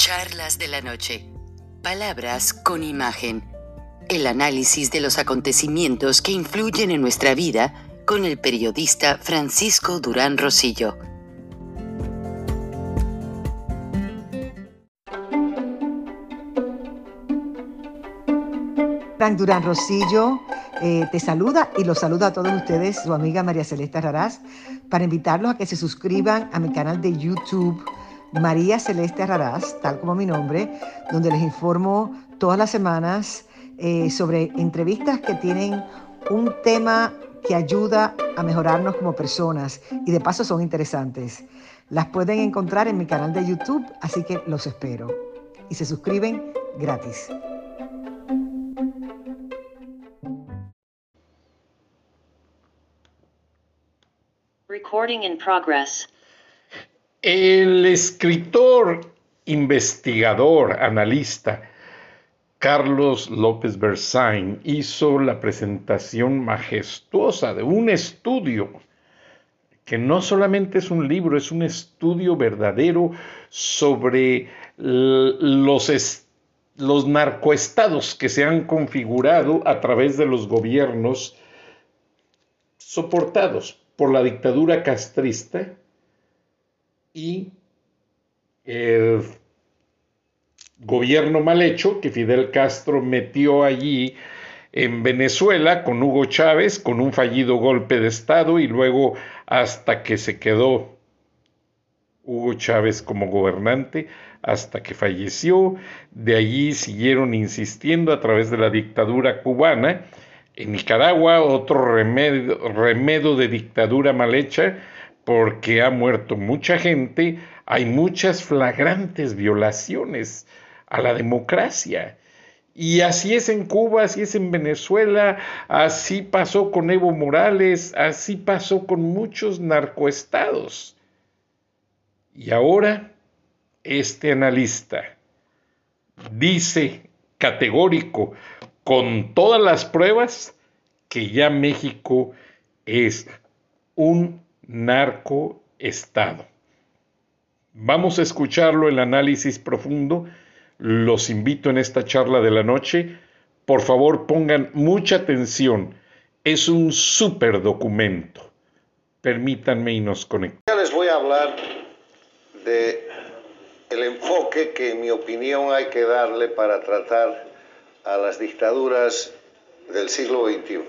Charlas de la noche. Palabras con imagen. El análisis de los acontecimientos que influyen en nuestra vida con el periodista Francisco Durán Rosillo. Frank Durán Rosillo te saluda y los saluda a todos ustedes, su amiga María Celeste Raraz, para invitarlos a que se suscriban a mi canal de YouTube, María Celeste Raraz, tal como mi nombre, donde les informo todas las semanas sobre entrevistas que tienen un tema que ayuda a mejorarnos como personas y de paso son interesantes. Las pueden encontrar en mi canal de YouTube, así que los espero. Y se suscriben gratis. Recording in progress. El escritor, investigador, analista Carlos López Berzain hizo la presentación majestuosa de un estudio que no solamente es un libro, es un estudio verdadero sobre los narcoestados que se han configurado a través de los gobiernos soportados por la dictadura castrista y el gobierno mal hecho que Fidel Castro metió allí en Venezuela con Hugo Chávez, con un fallido golpe de Estado y luego hasta que se quedó Hugo Chávez como gobernante, hasta que falleció. De allí siguieron insistiendo a través de la dictadura cubana. En Nicaragua, otro remedio de dictadura mal hecha, porque ha muerto mucha gente, hay muchas flagrantes violaciones a la democracia. Y así es en Cuba, así es en Venezuela, así pasó con Evo Morales, así pasó con muchos narcoestados. Y ahora, este analista dice categórico, con todas las pruebas, que ya México es un narcoestado. Vamos a escucharlo, el análisis profundo. Los invito en esta charla de la noche. Por favor, pongan mucha atención. Es un súper documento. Permítanme y nos conectamos. Ya les voy a hablar de el enfoque que, en mi opinión, hay que darle para tratar a las dictaduras del siglo XXI.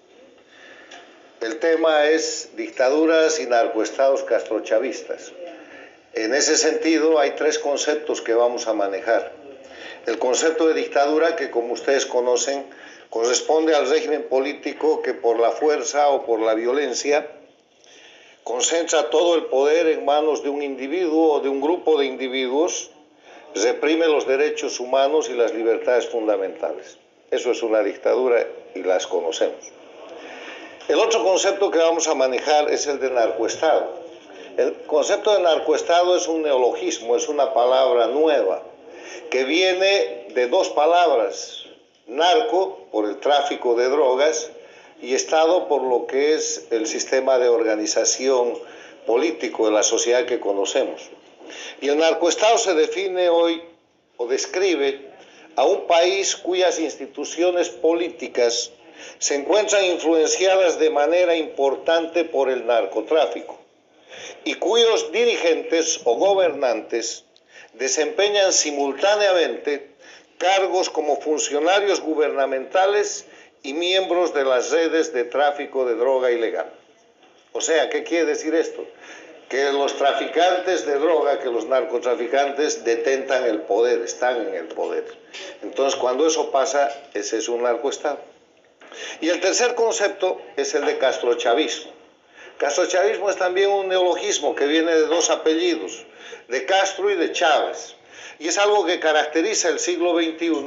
El tema es dictaduras y narcoestados castrochavistas. En ese sentido, hay tres conceptos que vamos a manejar. El concepto de dictadura, que como ustedes conocen, corresponde al régimen político que por la fuerza o por la violencia concentra todo el poder en manos de un individuo o de un grupo de individuos, reprime los derechos humanos y las libertades fundamentales. Eso es una dictadura y las conocemos. El otro concepto que vamos a manejar es el de narcoestado. El concepto de narcoestado es un neologismo, es una palabra nueva que viene de dos palabras: narco, por el tráfico de drogas, y Estado, por lo que es el sistema de organización político de la sociedad que conocemos. Y el narcoestado se define hoy o describe a un país cuyas instituciones políticas se encuentran influenciadas de manera importante por el narcotráfico y cuyos dirigentes o gobernantes desempeñan simultáneamente cargos como funcionarios gubernamentales y miembros de las redes de tráfico de droga ilegal. O sea, ¿qué quiere decir esto? Que los traficantes de droga, que los narcotraficantes detentan el poder, están en el poder. Entonces, cuando eso pasa, ese es un narcoestado. Y el tercer concepto es el de castrochavismo. Castrochavismo es también un neologismo que viene de dos apellidos, de Castro y de Chávez. Y es algo que caracteriza el siglo XXI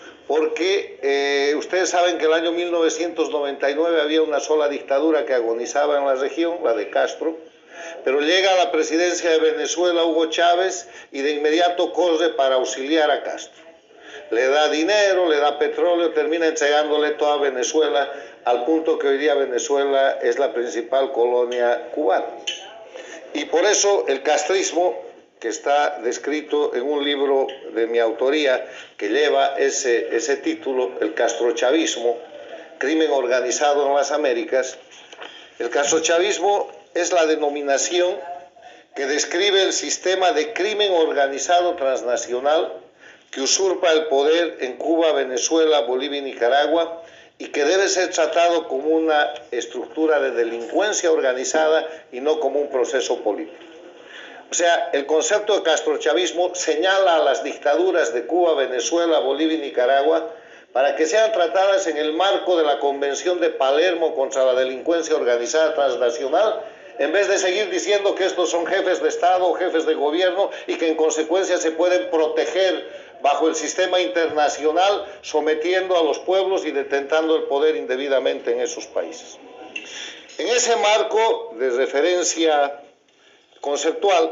porque ustedes saben que el año 1999 había una sola dictadura que agonizaba en la región, la de Castro, pero llega a la presidencia de Venezuela Hugo Chávez y de inmediato corre para auxiliar a Castro. Le da dinero, le da petróleo, termina entregándole toda Venezuela, al punto que hoy día Venezuela es la principal colonia cubana. Y por eso el castrismo que está descrito en un libro de mi autoría que lleva ese título, El castrochavismo, crimen organizado en las Américas. El castrochavismo es la denominación que describe el sistema de crimen organizado transnacional que usurpa el poder en Cuba, Venezuela, Bolivia y Nicaragua, y que debe ser tratado como una estructura de delincuencia organizada y no como un proceso político. O sea, el concepto de castrochavismo señala a las dictaduras de Cuba, Venezuela, Bolivia y Nicaragua para que sean tratadas en el marco de la Convención de Palermo contra la delincuencia organizada transnacional, en vez de seguir diciendo que estos son jefes de Estado o jefes de gobierno y que en consecuencia se pueden proteger bajo el sistema internacional, sometiendo a los pueblos y detentando el poder indebidamente en esos países. En ese marco de referencia conceptual,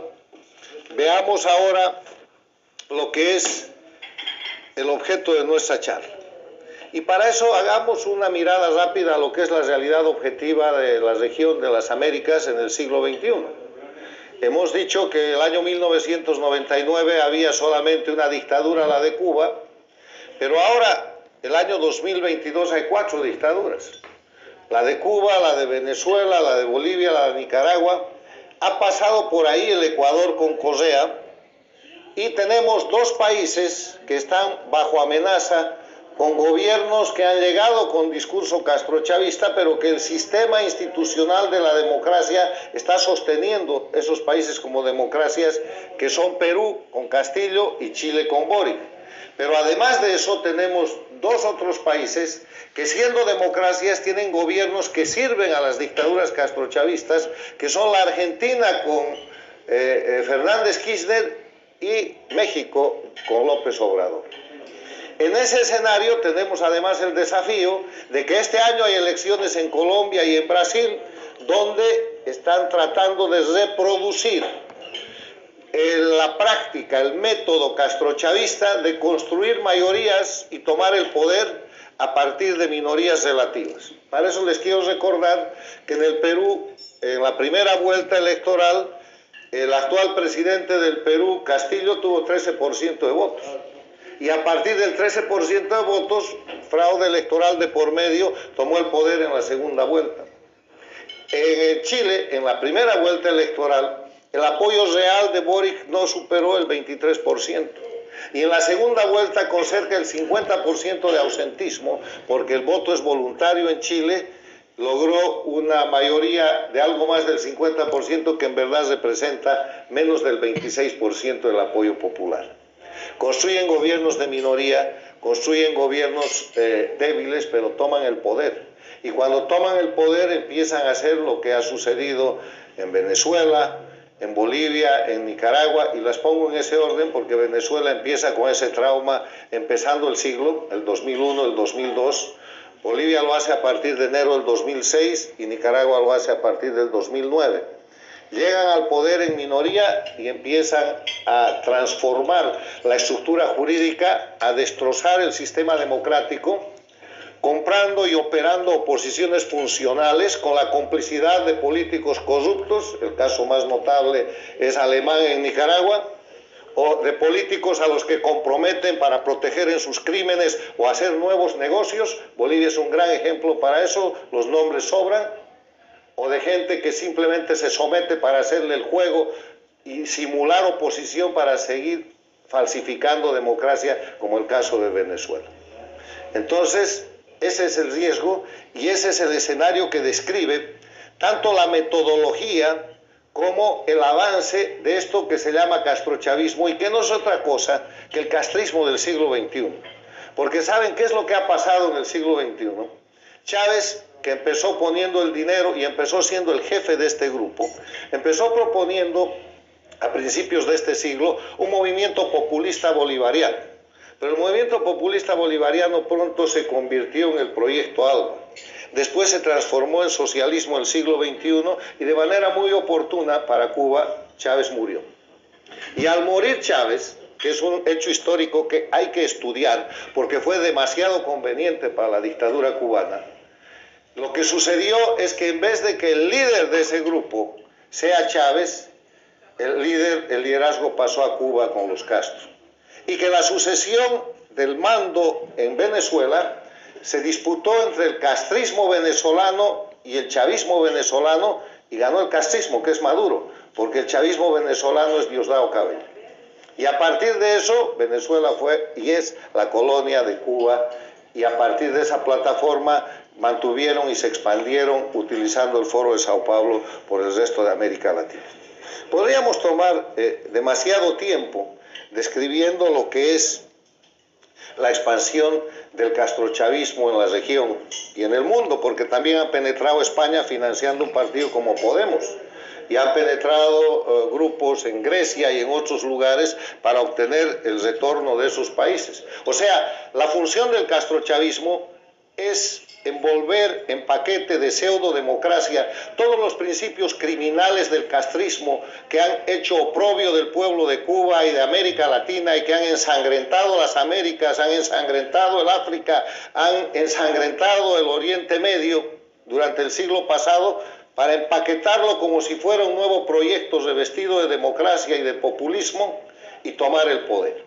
veamos ahora lo que es el objeto de nuestra charla. Y para eso hagamos una mirada rápida a lo que es la realidad objetiva de la región de las Américas en el siglo XXI. Hemos dicho que el año 1999 había solamente una dictadura, la de Cuba, pero ahora, el año 2022, hay 4 dictaduras. La de Cuba, la de Venezuela, la de Bolivia, la de Nicaragua. Ha pasado por ahí el Ecuador con Correa y tenemos 2 países que están bajo amenaza con gobiernos que han llegado con discurso castrochavista, pero que el sistema institucional de la democracia está sosteniendo esos países como democracias, que son Perú con Castillo y Chile con Boric. Pero además de eso tenemos 2 otros países que, siendo democracias, tienen gobiernos que sirven a las dictaduras castrochavistas, que son la Argentina con Fernández Kirchner y México con López Obrador. En ese escenario tenemos además el desafío de que este año hay elecciones en Colombia y en Brasil, donde están tratando de reproducir la práctica, el método castrochavista de construir mayorías y tomar el poder a partir de minorías relativas. Para eso les quiero recordar que en el Perú, en la primera vuelta electoral, el actual presidente del Perú, Castillo, tuvo 13% de votos. Y a partir del 13% de votos, fraude electoral de por medio, tomó el poder en la segunda vuelta. En Chile, en la primera vuelta electoral, el apoyo real de Boric no superó el 23%. Y en la segunda vuelta, con cerca del 50% de ausentismo, porque el voto es voluntario en Chile, logró una mayoría de algo más del 50%, que en verdad representa menos del 26% del apoyo popular. Construyen gobiernos de minoría, construyen gobiernos débiles, pero toman el poder. Y cuando toman el poder empiezan a hacer lo que ha sucedido en Venezuela, en Bolivia, en Nicaragua, y las pongo en ese orden porque Venezuela empieza con ese trauma empezando el siglo, el 2001, el 2002. Bolivia lo hace a partir de enero del 2006 y Nicaragua lo hace a partir del 2009. Llegan al poder en minoría y empiezan a transformar la estructura jurídica, a destrozar el sistema democrático, comprando y operando oposiciones funcionales con la complicidad de políticos corruptos, el caso más notable es Alemán en Nicaragua, o de políticos a los que comprometen para proteger en sus crímenes o hacer nuevos negocios. Bolivia es un gran ejemplo para eso, los nombres sobran. O de gente que simplemente se somete para hacerle el juego y simular oposición para seguir falsificando democracia, como el caso de Venezuela. Entonces, ese es el riesgo y ese es el escenario que describe tanto la metodología como el avance de esto que se llama castrochavismo, y que no es otra cosa que el castrismo del siglo XXI. Porque ¿saben qué es lo que ha pasado en el siglo XXI? Chávez, que empezó poniendo el dinero y empezó siendo el jefe de este grupo, empezó proponiendo a principios de este siglo un movimiento populista bolivariano. Pero el movimiento populista bolivariano pronto se convirtió en el proyecto ALBA. Después se transformó en socialismo el siglo XXI y de manera muy oportuna para Cuba, Chávez murió. Y al morir Chávez, que es un hecho histórico que hay que estudiar porque fue demasiado conveniente para la dictadura cubana, lo que sucedió es que en vez de que el líder de ese grupo sea Chávez, el liderazgo pasó a Cuba con los Castro, y que la sucesión del mando en Venezuela se disputó entre el castrismo venezolano y el chavismo venezolano, y ganó el castrismo, que es Maduro, porque el chavismo venezolano es Diosdado Cabello. Y a partir de eso, Venezuela fue y es la colonia de Cuba, y a partir de esa plataforma mantuvieron y se expandieron utilizando el Foro de Sao Paulo por el resto de América Latina. Podríamos tomar demasiado tiempo describiendo lo que es la expansión del castrochavismo en la región y en el mundo, porque también ha penetrado España financiando un partido como Podemos, y han penetrado grupos en Grecia y en otros lugares para obtener el retorno de esos países. O sea, la función del castrochavismo es envolver en paquete de pseudodemocracia todos los principios criminales del castrismo que han hecho oprobio del pueblo de Cuba y de América Latina, y que han ensangrentado las Américas, han ensangrentado el África, han ensangrentado el Oriente Medio durante el siglo pasado, para empaquetarlo como si fuera un nuevo proyecto revestido de democracia y de populismo, y tomar el poder.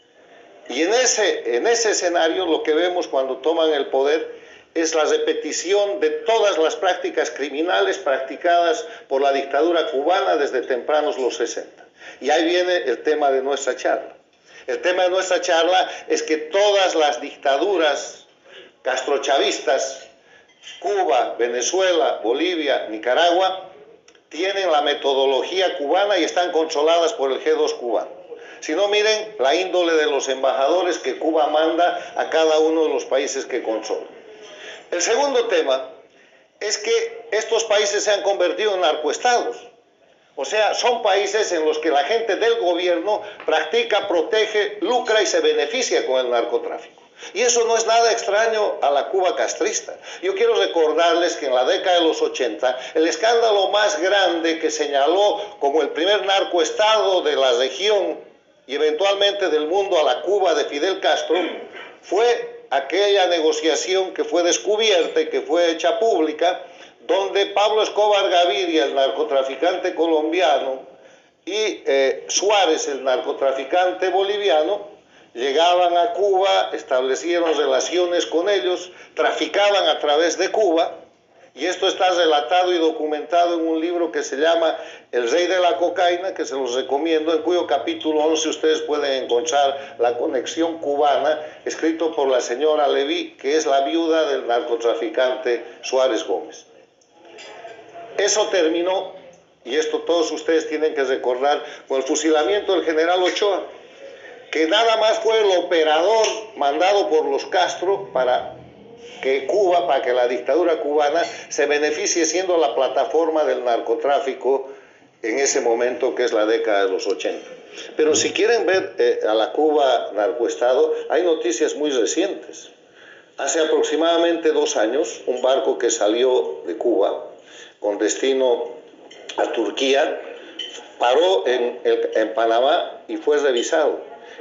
Y en ese escenario lo que vemos cuando toman el poder es la repetición de todas las prácticas criminales practicadas por la dictadura cubana desde tempranos los 60. Y ahí viene el tema de nuestra charla. El tema de nuestra charla es que todas las dictaduras castrochavistas, Cuba, Venezuela, Bolivia, Nicaragua, tienen la metodología cubana y están controladas por el G2 cubano. Si no, miren la índole de los embajadores que Cuba manda a cada uno de los países que controla. El segundo tema es que estos países se han convertido en narcoestados. O sea, son países en los que la gente del gobierno practica, protege, lucra y se beneficia con el narcotráfico. Y eso no es nada extraño a la Cuba castrista. Yo quiero recordarles que en la década de los 80, el escándalo más grande que señaló como el primer narcoestado de la región y eventualmente del mundo a la Cuba de Fidel Castro fue aquella negociación que fue descubierta y que fue hecha pública, donde Pablo Escobar Gaviria, el narcotraficante colombiano, y Suárez, el narcotraficante boliviano, llegaban a Cuba, establecieron relaciones con ellos, traficaban a través de Cuba, y esto está relatado y documentado en un libro que se llama El Rey de la Cocaína, que se los recomiendo, en cuyo capítulo 11 ustedes pueden encontrar la conexión cubana, escrito por la señora Leví, que es la viuda del narcotraficante Suárez Gómez. Eso terminó, y esto todos ustedes tienen que recordar, con el fusilamiento del general Ochoa, que nada más fue el operador mandado por los Castro para que Cuba, para que la dictadura cubana se beneficie siendo la plataforma del narcotráfico en ese momento, que es la década de los 80. Pero si quieren ver a la Cuba narcoestado, hay noticias muy recientes. Hace aproximadamente 2 años, un barco que salió de Cuba con destino a Turquía paró en Panamá y fue revisado.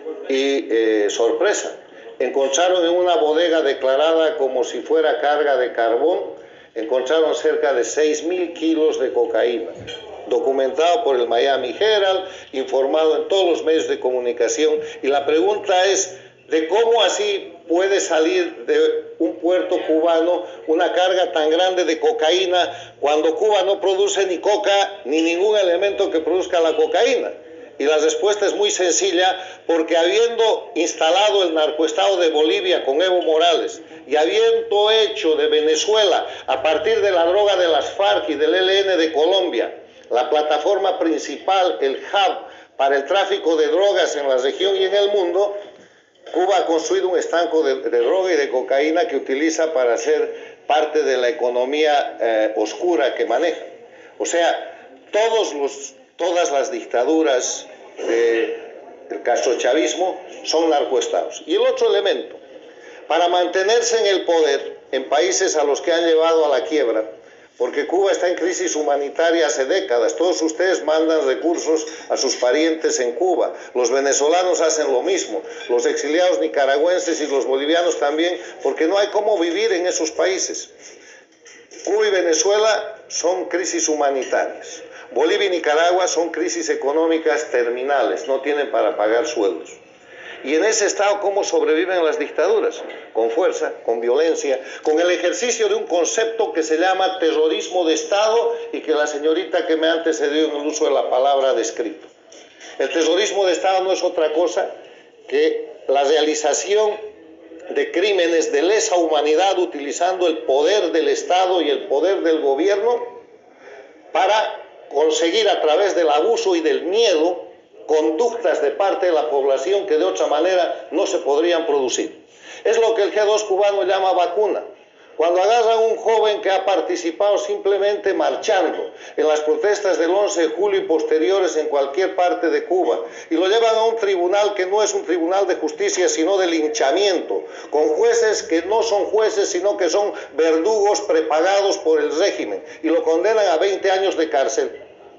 Y sorpresa, encontraron en una bodega declarada como si fuera carga de carbón, encontraron cerca de 6.000 kilos de cocaína, documentado por el Miami Herald, informado en todos los medios de comunicación. Y la pregunta es de cómo así puede salir de un puerto cubano una carga tan grande de cocaína cuando Cuba no produce ni coca ni ningún elemento que produzca la cocaína. Y la respuesta es muy sencilla, porque habiendo instalado el narcoestado de Bolivia con Evo Morales y habiendo hecho de Venezuela, a partir de la droga de las FARC y del ELN de Colombia, la plataforma principal, el hub para el tráfico de drogas en la región y en el mundo, Cuba ha construido un estanco de droga y de cocaína que utiliza para ser parte de la economía oscura que maneja. O sea, todas las dictaduras del castrochavismo son narcoestados. Y el otro elemento, para mantenerse en el poder en países a los que han llevado a la quiebra, porque Cuba está en crisis humanitaria hace décadas, todos ustedes mandan recursos a sus parientes en Cuba, los venezolanos hacen lo mismo, los exiliados nicaragüenses y los bolivianos también, porque no hay cómo vivir en esos países. Cuba y Venezuela son crisis humanitarias. Bolivia y Nicaragua son crisis económicas terminales, no tienen para pagar sueldos. Y en ese estado, ¿cómo sobreviven las dictaduras? Con fuerza, con violencia, con el ejercicio de un concepto que se llama terrorismo de Estado y que la señorita que me antecedió en el uso de la palabra ha descrito. El terrorismo de Estado no es otra cosa que la realización de crímenes de lesa humanidad utilizando el poder del Estado y el poder del gobierno para conseguir a través del abuso y del miedo conductas de parte de la población que de otra manera no se podrían producir. Es lo que el G2 cubano llama vacuna. Cuando agarran a un joven que ha participado simplemente marchando en las protestas del 11 de julio y posteriores en cualquier parte de Cuba y lo llevan a un tribunal que no es un tribunal de justicia sino de linchamiento, con jueces que no son jueces sino que son verdugos prepagados por el régimen y lo condenan a 20 años de cárcel,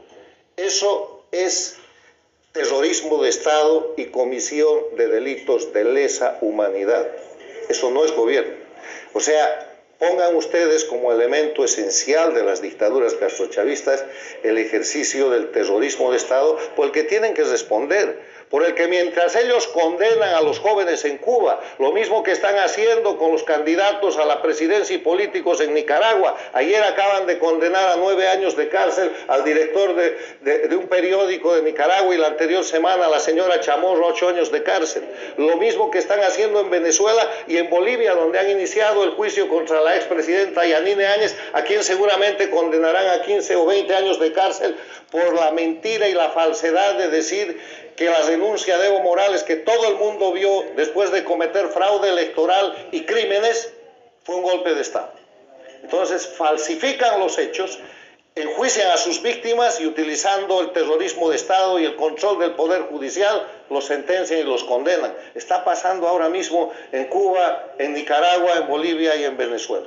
eso es terrorismo de Estado y comisión de delitos de lesa humanidad. Eso no es gobierno. O sea, pongan ustedes como elemento esencial de las dictaduras castrochavistas el ejercicio del terrorismo de Estado por el que tienen que responder, por el que mientras ellos condenan a los jóvenes en Cuba, lo mismo que están haciendo con los candidatos a la presidencia y políticos en Nicaragua. Ayer acaban de condenar a 9 años de cárcel al director de un periódico de Nicaragua y la anterior semana a la señora Chamorro 8 años de cárcel. Lo mismo que están haciendo en Venezuela y en Bolivia, donde han iniciado el juicio contra la expresidenta Yanine Áñez, a quien seguramente condenarán a 15 o 20 años de cárcel por la mentira y la falsedad de decir que la renuncia de Evo Morales, que todo el mundo vio después de cometer fraude electoral y crímenes, fue un golpe de Estado. Entonces falsifican los hechos, enjuician a sus víctimas y utilizando el terrorismo de Estado y el control del Poder Judicial, los sentencian y los condenan. Está pasando ahora mismo en Cuba, en Nicaragua, en Bolivia y en Venezuela.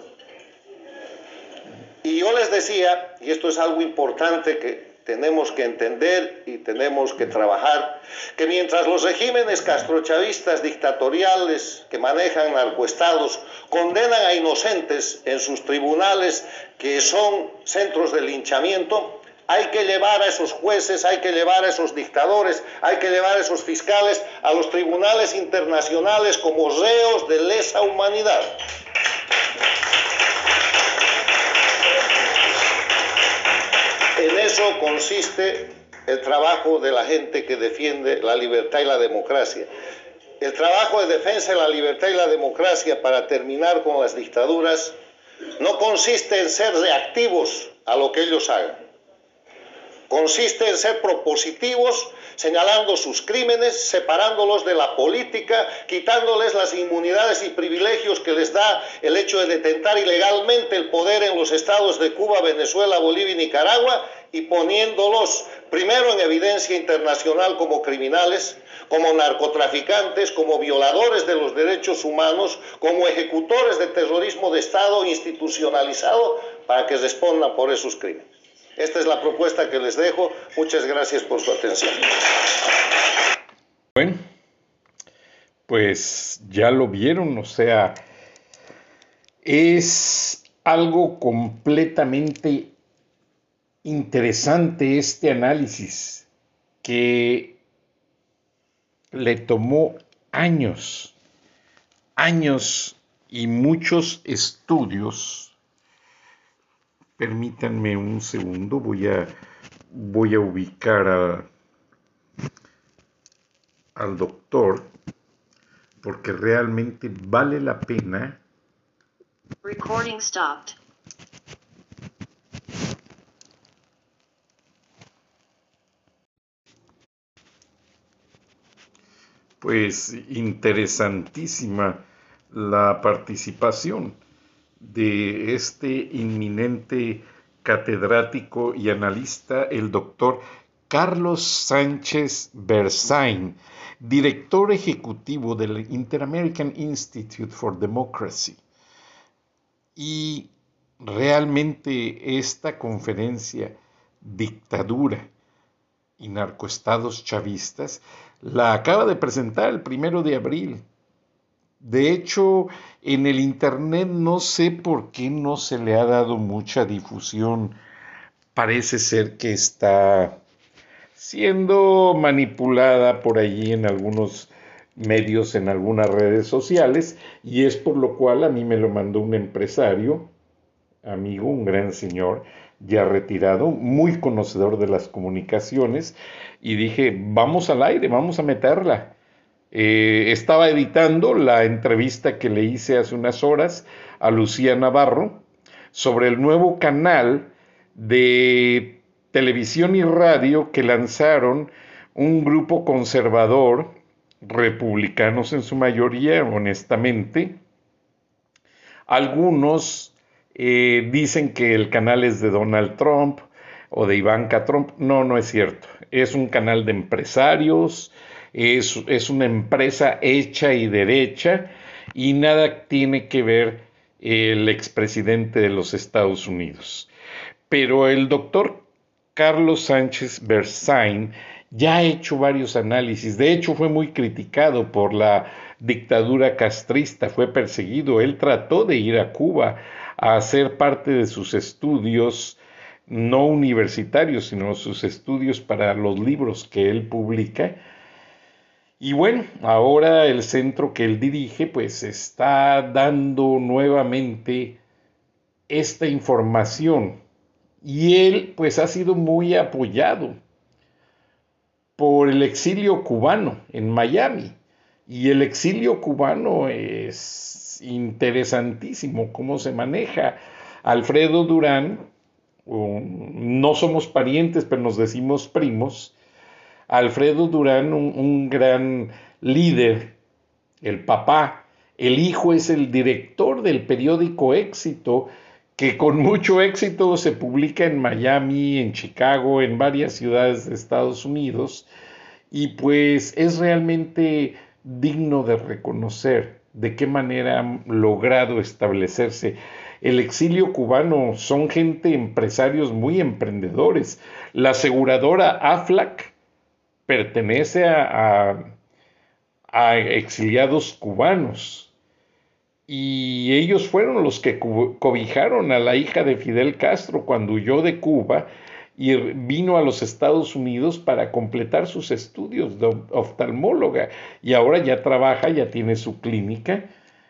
Y yo les decía, y esto es algo importante que tenemos que entender y tenemos que trabajar, que mientras los regímenes castrochavistas dictatoriales que manejan narcoestados condenan a inocentes en sus tribunales que son centros de linchamiento, hay que llevar a esos jueces, hay que llevar a esos dictadores, hay que llevar a esos fiscales a los tribunales internacionales como reos de lesa humanidad. En eso consiste el trabajo de la gente que defiende la libertad y la democracia. El trabajo de defensa de la libertad y la democracia para terminar con las dictaduras no consiste en ser reactivos a lo que ellos hagan. Consiste en ser propositivos, señalando sus crímenes, separándolos de la política, quitándoles las inmunidades y privilegios que les da el hecho de detentar ilegalmente el poder en los estados de Cuba, Venezuela, Bolivia y Nicaragua, y poniéndolos primero en evidencia internacional como criminales, como narcotraficantes, como violadores de los derechos humanos, como ejecutores de terrorismo de Estado institucionalizado, para que respondan por esos crímenes. Esta es la propuesta que les dejo. Muchas gracias por su atención. Bueno, pues ya lo vieron, o sea, es algo completamente interesante este análisis que le tomó años y muchos estudios. Permítanme un segundo, voy a ubicar al doctor, porque realmente vale la pena. Recording stopped. Pues interesantísima la participación de este inminente catedrático y analista, el doctor Carlos Sánchez Berzain, director ejecutivo del Inter-American Institute for Democracy. Y realmente esta conferencia, Dictadura y Narcoestados Chavistas, la acaba de presentar el 1 de abril. De hecho, en el internet no sé por qué no se le ha dado mucha difusión parece ser que está siendo manipulada por allí en algunos medios, en algunas redes sociales, y es por lo cual a mí me lo mandó un empresario, amigo, un gran señor, ya retirado, muy conocedor de las comunicaciones, y dije, vamos al aire, vamos a meterla. Estaba editando la entrevista que le hice hace unas horas a Lucía Navarro sobre el nuevo canal de televisión y radio que lanzaron un grupo conservador, republicanos en su mayoría, honestamente. Algunos dicen que el canal es de Donald Trump o de Ivanka Trump. No, no es cierto. Es un canal de empresarios, es una empresa hecha y derecha, y nada tiene que ver el expresidente de los Estados Unidos. Pero el doctor Carlos Sánchez Berzain ya ha hecho varios análisis. De hecho, fue muy criticado por la dictadura castrista, fue perseguido. Él trató de ir a Cuba a hacer parte de sus estudios, no universitarios, sino sus estudios para los libros que él publica. Y bueno, ahora el centro que él dirige pues está dando nuevamente esta información, y él pues ha sido muy apoyado por el exilio cubano en Miami. Y el exilio cubano es interesantísimo cómo se maneja. Alfredo Durán, no somos parientes, pero nos decimos primos. Alfredo Durán, un gran líder, el papá. El hijo es el director del periódico Éxito, que con mucho éxito se publica en Miami, en Chicago, en varias ciudades de Estados Unidos, y pues es realmente digno de reconocer de qué manera han logrado establecerse. El exilio cubano son gente, empresarios muy emprendedores. La aseguradora AFLAC pertenece a exiliados cubanos, y ellos fueron los que cobijaron a la hija de Fidel Castro cuando huyó de Cuba y vino a los Estados Unidos para completar sus estudios de oftalmóloga, y ahora ya trabaja, ya tiene su clínica,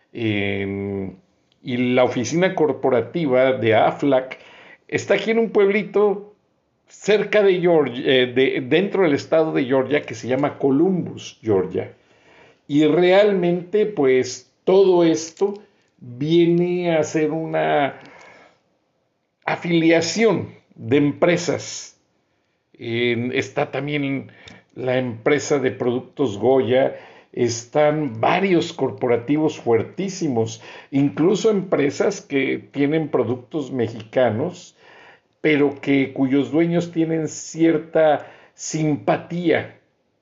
y la oficina corporativa de AFLAC está aquí en un pueblito cerca de Georgia, dentro del estado de Georgia, que se llama Columbus, Georgia. Y realmente pues todo esto viene a ser una afiliación de empresas. Está también la empresa de productos Goya, están varios corporativos fuertísimos, incluso empresas que tienen productos mexicanos, pero cuyos dueños tienen cierta simpatía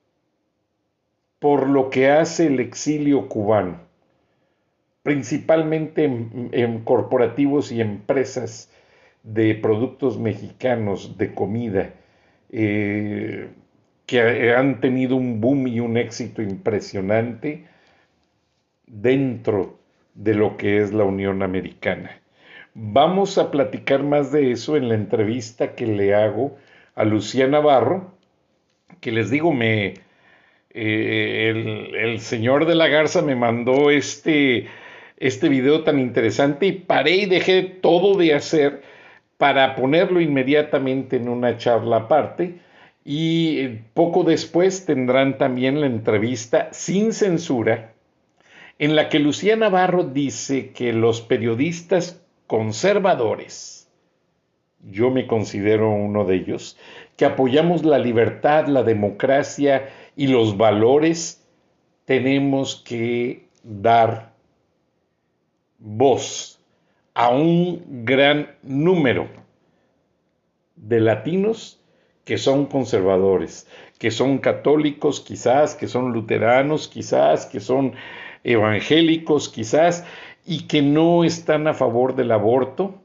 por lo que hace el exilio cubano, principalmente en corporativos y empresas de productos mexicanos, de comida, que han tenido un boom y un éxito impresionante dentro de lo que es la Unión Americana. Vamos a platicar más de eso en la entrevista que le hago a Lucía Navarro, que les digo, el señor de la Garza me mandó este video tan interesante, y paré y dejé todo de hacer para ponerlo inmediatamente en una charla aparte, y poco después tendrán también la entrevista sin censura, en la que Lucía Navarro dice que los periodistas conservadores, yo me considero uno de ellos, que apoyamos la libertad, la democracia y los valores, tenemos que dar voz a un gran número de latinos que son conservadores, que son católicos quizás, que son luteranos quizás, que son evangélicos quizás, y que no están a favor del aborto.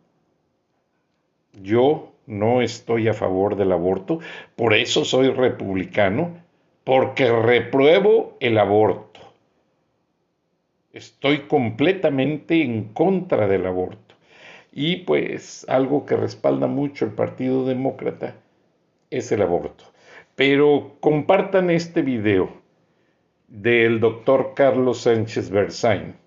Yo no estoy a favor del aborto, por eso soy republicano, porque repruebo el aborto. Estoy completamente en contra del aborto. Y pues algo que respalda mucho el Partido Demócrata es el aborto. Pero compartan este video del doctor Carlos Sánchez Berzain,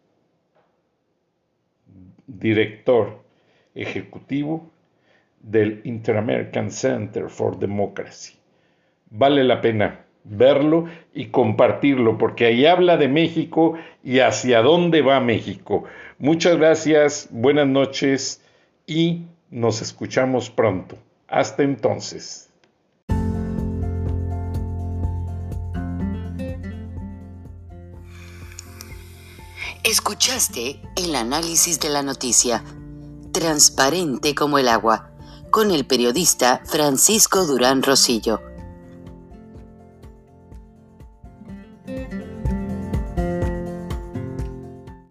director ejecutivo del Inter-American Center for Democracy. Vale la pena verlo y compartirlo, porque ahí habla de México y hacia dónde va México. Muchas gracias, buenas noches y nos escuchamos pronto. Hasta entonces. Escuchaste el análisis de la noticia, transparente como el agua, con el periodista Francisco Durán Rosillo.